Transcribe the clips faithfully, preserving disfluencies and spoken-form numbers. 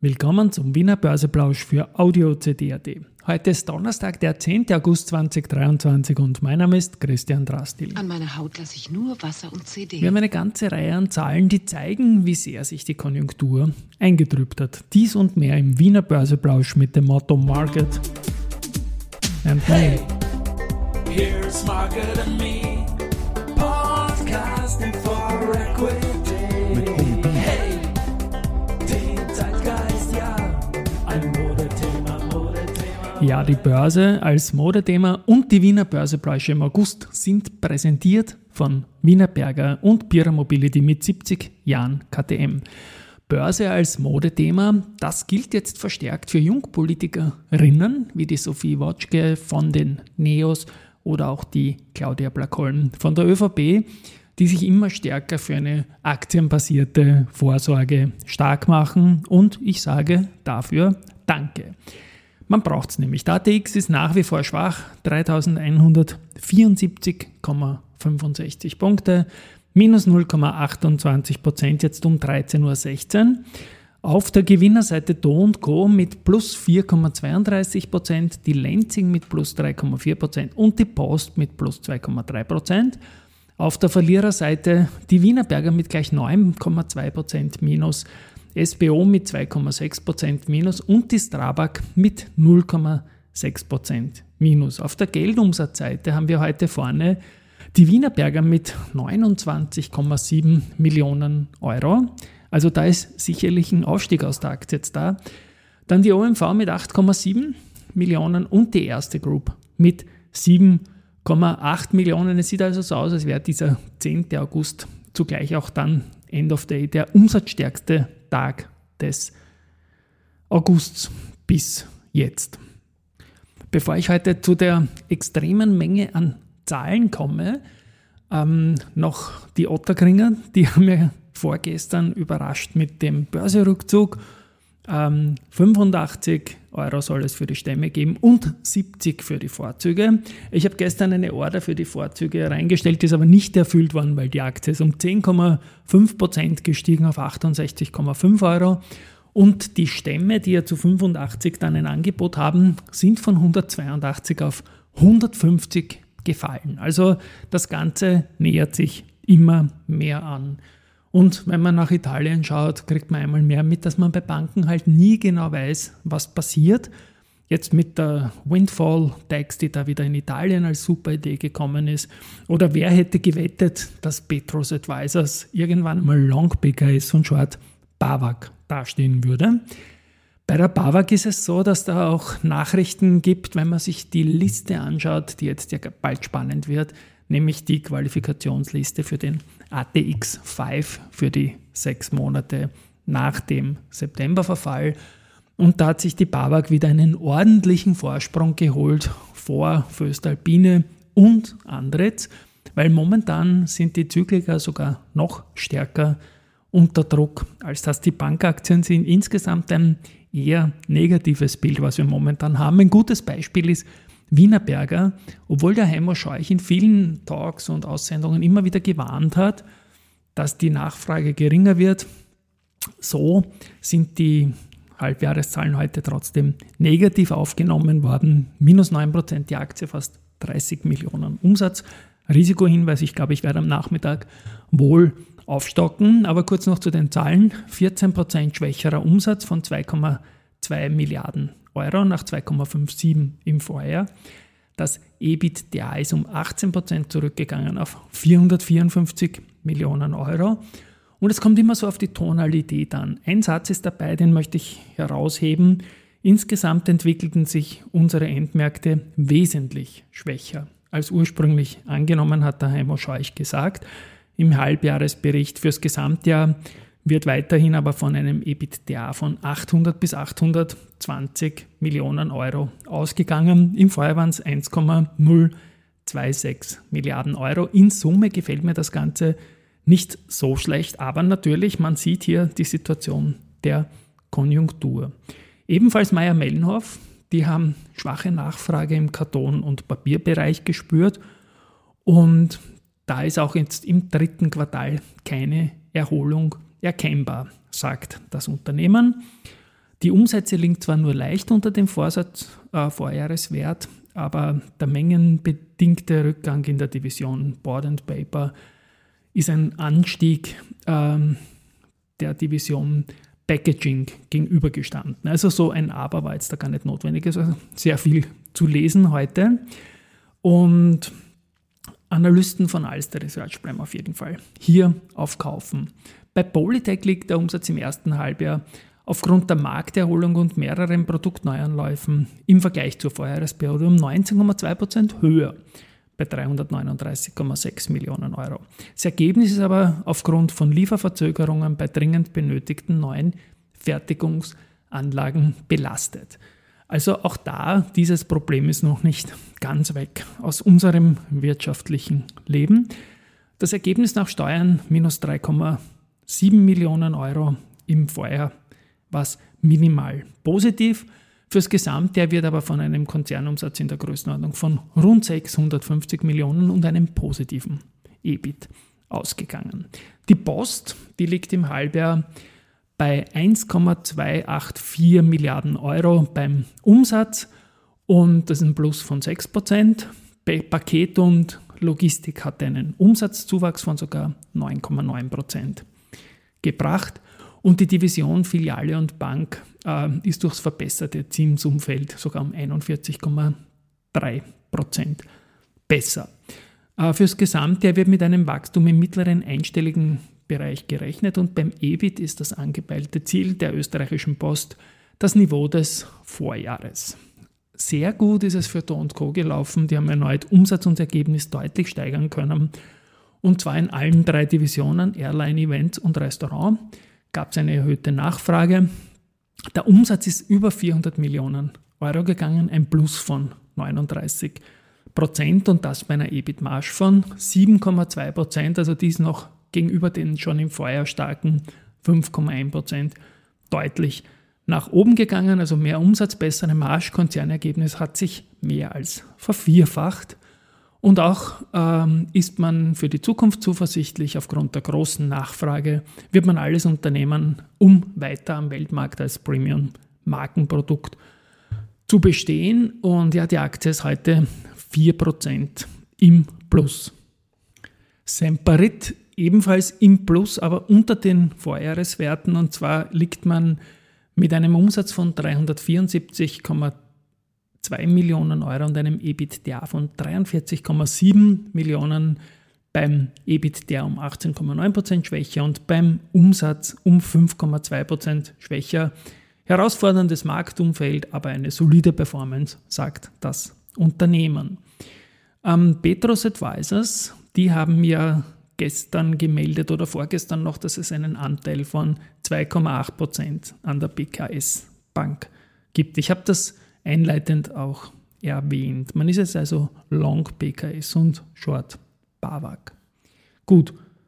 Willkommen zum Wiener Börseplausch für Audio C D punkt a t. Heute ist Donnerstag, der zehnten August zweitausenddreiundzwanzig und mein Name ist Christian Drastil. An meiner Haut lasse ich nur Wasser und C D. Wir haben eine ganze Reihe an Zahlen, die zeigen, wie sehr sich die Konjunktur eingetrübt hat. Dies und mehr im Wiener Börseplausch mit dem Motto Market and Me. Hey, here's Market and Me, podcasting for equity. Hey, den Zeitgeist, ja, ein Modethema, Modethema. Ja, die Börse als Modethema und die Wiener Börsepläusche im August sind präsentiert von Wienerberger und Pierer Mobility mit siebzig Jahren K T M. Börse als Modethema, das gilt jetzt verstärkt für Jungpolitikerinnen wie die Sophie Wotschke von den Neos oder auch die Claudia Blackholm von der ÖVP, die sich immer stärker für eine aktienbasierte Vorsorge stark machen, und ich sage dafür Danke. Man braucht es nämlich. Der A T X ist nach wie vor schwach, dreitausendeinhundertvierundsiebzig Komma fünfundsechzig Punkte, minus null Komma achtundzwanzig Prozent, jetzt um dreizehn Uhr sechzehn. Auf der Gewinnerseite Do und Co. mit plus vier Komma zweiunddreißig Prozent, die Lenzing mit plus drei Komma vier Prozent und die Post mit plus zwei Komma drei Prozent. Auf der Verliererseite die Wienerberger mit gleich neun Komma zwei Prozent minus, S B O mit zwei Komma sechs Prozent minus und die Strabag mit null Komma sechs Prozent minus. Auf der Geldumsatzseite haben wir heute vorne die Wienerberger mit neunundzwanzig Komma sieben Millionen Euro. Also da ist sicherlich ein Ausstieg aus der Aktie jetzt da. Dann die O M V mit acht Komma sieben Millionen und die Erste Group mit sieben Komma acht Millionen. Es sieht also so aus, als wäre dieser zehnten August zugleich auch dann End of Day der umsatzstärkste Tag des Augusts bis jetzt. Bevor ich heute zu der extremen Menge an Zahlen komme, ähm, noch die Ottakringer, die haben ja vorgestern überrascht mit dem Börserückzug. Ähm, fünfundachtzig Euro soll es für die Stämme geben und siebzig für die Vorzüge. Ich habe gestern eine Order für die Vorzüge reingestellt, die ist aber nicht erfüllt worden, weil die Aktie ist um zehn Komma fünf Prozent gestiegen auf achtundsechzig Komma fünf Euro. Und die Stämme, die ja zu fünfundachtzig dann ein Angebot haben, sind von hundertzweiundachtzig auf hundertfünfzig gefallen. Also das Ganze nähert sich immer mehr an. Und wenn man nach Italien schaut, kriegt man einmal mehr mit, dass man bei Banken halt nie genau weiß, was passiert. Jetzt mit der Windfall-Tax, die da wieder in Italien als super Idee gekommen ist. Oder wer hätte gewettet, dass Petros Advisors irgendwann mal Long B K S und Short BAWAG dastehen würde. Bei der BAWAG ist es so, dass da auch Nachrichten gibt, wenn man sich die Liste anschaut, die jetzt ja bald spannend wird, nämlich die Qualifikationsliste für den A T X fünf für die sechs Monate nach dem Septemberverfall. Und da hat sich die BAWAG wieder einen ordentlichen Vorsprung geholt vor voestalpine und Andritz, weil momentan sind die Zykliker sogar noch stärker unter Druck, als dass die Bankaktien sind. Insgesamt ein eher negatives Bild, was wir momentan haben. Ein gutes Beispiel ist Wienerberger, obwohl der Heimo Scheuch in vielen Talks und Aussendungen immer wieder gewarnt hat, dass die Nachfrage geringer wird. So sind die Halbjahreszahlen heute trotzdem negativ aufgenommen worden. Minus neun Prozent die Aktie, fast dreißig Millionen Umsatz. Risikohinweis, ich glaube, ich werde am Nachmittag wohl aufstocken. Aber kurz noch zu den Zahlen. vierzehn Prozent schwächerer Umsatz von zwei Komma zwei Milliarden Euro nach zwei Komma siebenundfünfzig im Vorjahr. Das EBITDA ist um achtzehn Prozent zurückgegangen auf vierhundertvierundfünfzig Millionen Euro. Und es kommt immer so auf die Tonalität an. Ein Satz ist dabei, den möchte ich herausheben. Insgesamt entwickelten sich unsere Endmärkte wesentlich schwächer, als ursprünglich angenommen, hat der Heimo Scheuch gesagt. Im Halbjahresbericht fürs Gesamtjahr wird weiterhin aber von einem EBITDA von achthundert bis achthundertzwanzig Millionen Euro ausgegangen. Im Vorjahr waren es eins Komma null sechsundzwanzig Milliarden Euro. In Summe gefällt mir das Ganze nicht so schlecht, aber natürlich, man sieht hier die Situation der Konjunktur. Ebenfalls Mayr-Melnhof, die haben schwache Nachfrage im Karton- und Papierbereich gespürt und da ist auch jetzt im dritten Quartal keine Erholung erkennbar, sagt das Unternehmen. Die Umsätze liegen zwar nur leicht unter dem Vorsatz, äh, Vorjahreswert, aber der mengenbedingte Rückgang in der Division Board and Paper ist ein Anstieg ähm, der Division Packaging gegenübergestanden. Also so ein Aber war jetzt da gar nicht notwendig. Also sehr viel zu lesen heute. Und Analysten von Alster Research bleiben auf jeden Fall hier aufkaufen. Bei Polytech liegt der Umsatz im ersten Halbjahr aufgrund der Markterholung und mehreren Produktneuanläufen im Vergleich zur Vorjahresperiode um neunzehn Komma zwei Prozent höher, bei dreihundertneununddreißig Komma sechs Millionen Euro. Das Ergebnis ist aber aufgrund von Lieferverzögerungen bei dringend benötigten neuen Fertigungsanlagen belastet. Also auch da, dieses Problem ist noch nicht ganz weg aus unserem wirtschaftlichen Leben. Das Ergebnis nach Steuern minus drei Komma sieben Millionen Euro, im Vorjahr war es minimal positiv. Fürs Gesamtjahr wird aber von einem Konzernumsatz in der Größenordnung von rund sechshundertfünfzig Millionen und einem positiven E B I T ausgegangen. Die Post, die liegt im Halbjahr bei eins Komma zweihundertvierundachtzig Milliarden Euro beim Umsatz und das ist ein Plus von sechs Prozent. Paket und Logistik hat einen Umsatzzuwachs von sogar neun Komma neun Prozent gebracht. Und die Division Filiale und Bank äh, ist durchs verbesserte Zinsumfeld sogar um einundvierzig Komma drei Prozent besser. Äh, fürs Gesamtjahr wird mit einem Wachstum im mittleren einstelligen Bereich gerechnet und beim E B I T ist das angepeilte Ziel der österreichischen Post das Niveau des Vorjahres. Sehr gut ist es für Do und Co. gelaufen. Die haben erneut Umsatz und Ergebnis deutlich steigern können. Und zwar in allen drei Divisionen, Airline, Events und Restaurant, gab es eine erhöhte Nachfrage. Der Umsatz ist über vierhundert Millionen Euro gegangen, ein Plus von neununddreißig Prozent und das bei einer E B I T-Marge von sieben Komma zwei Prozent. Also die ist noch gegenüber den schon im Vorjahr starken fünf Komma eins Prozent deutlich nach oben gegangen. Also mehr Umsatz, bessere Marge, Konzernergebnis hat sich mehr als vervierfacht. Und auch ähm, ist man für die Zukunft zuversichtlich. Aufgrund der großen Nachfrage wird man alles unternehmen, um weiter am Weltmarkt als Premium-Markenprodukt zu bestehen. Und ja, die Aktie ist heute vier Prozent im Plus. Semperit ebenfalls im Plus, aber unter den Vorjahreswerten. Und zwar liegt man mit einem Umsatz von dreihundertvierundsiebzig Komma zwei Millionen Euro und einem EBITDA von dreiundvierzig Komma sieben Millionen, beim EBITDA um achtzehn Komma neun Prozent schwächer und beim Umsatz um fünf Komma zwei Prozent schwächer. Herausforderndes Marktumfeld, aber eine solide Performance, sagt das Unternehmen. Ähm, Petros Advisors, die haben ja gestern gemeldet oder vorgestern noch, dass es einen Anteil von zwei Komma acht Prozent an der B K S Bank gibt. Ich habe das einleitend auch erwähnt. Man ist jetzt also Long B K S und Short BAWAG. Gut.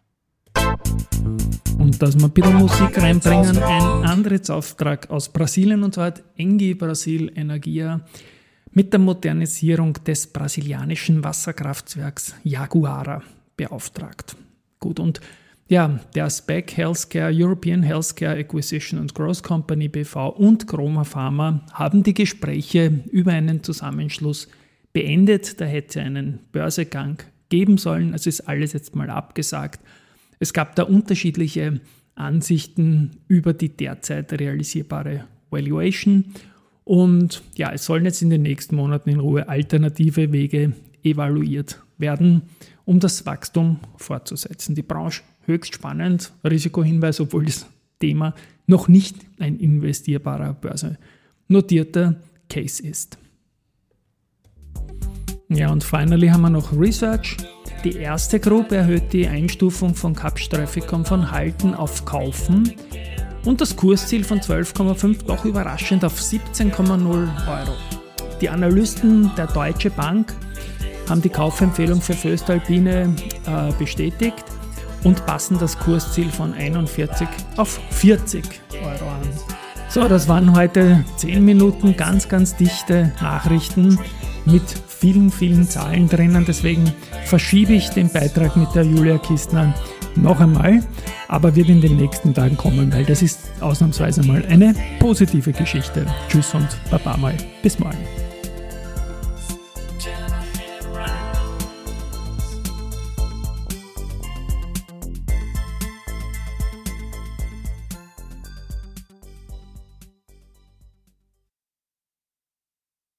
Und dass wir ein bisschen Musik reinbringen, ein Antrittsauftrag aus Brasilien, und zwar hat Engie Brasil Energia mit der Modernisierung des brasilianischen Wasserkraftwerks Jaguara beauftragt. Gut, und ja, der S P E C Healthcare, European Healthcare Acquisition and Growth Company B V und Chroma Pharma haben die Gespräche über einen Zusammenschluss beendet. Da hätte es einen Börsegang geben sollen. Also ist alles jetzt mal abgesagt. Es gab da unterschiedliche Ansichten über die derzeit realisierbare Valuation. Und ja, es sollen jetzt in den nächsten Monaten in Ruhe alternative Wege evaluiert werden, um das Wachstum fortzusetzen. Die Branche höchst spannend, Risikohinweis, obwohl das Thema noch nicht ein investierbarer börsennotierter Case ist. Ja, und finally haben wir noch Research. Die erste Gruppe erhöht die Einstufung von Capstraficom von Halten auf Kaufen und das Kursziel von zwölf Komma fünf doch überraschend auf siebzehn Komma null Euro. Die Analysten der Deutsche Bank haben die Kaufempfehlung für Voestalpine äh, bestätigt und passen das Kursziel von einundvierzig auf vierzig Euro an. So, das waren heute zehn Minuten ganz, ganz dichte Nachrichten mit vielen, vielen Zahlen drinnen. Deswegen verschiebe ich den Beitrag mit der Julia Kistner noch einmal, aber wird in den nächsten Tagen kommen, weil das ist ausnahmsweise mal eine positive Geschichte. Tschüss und Baba mal. Bis morgen.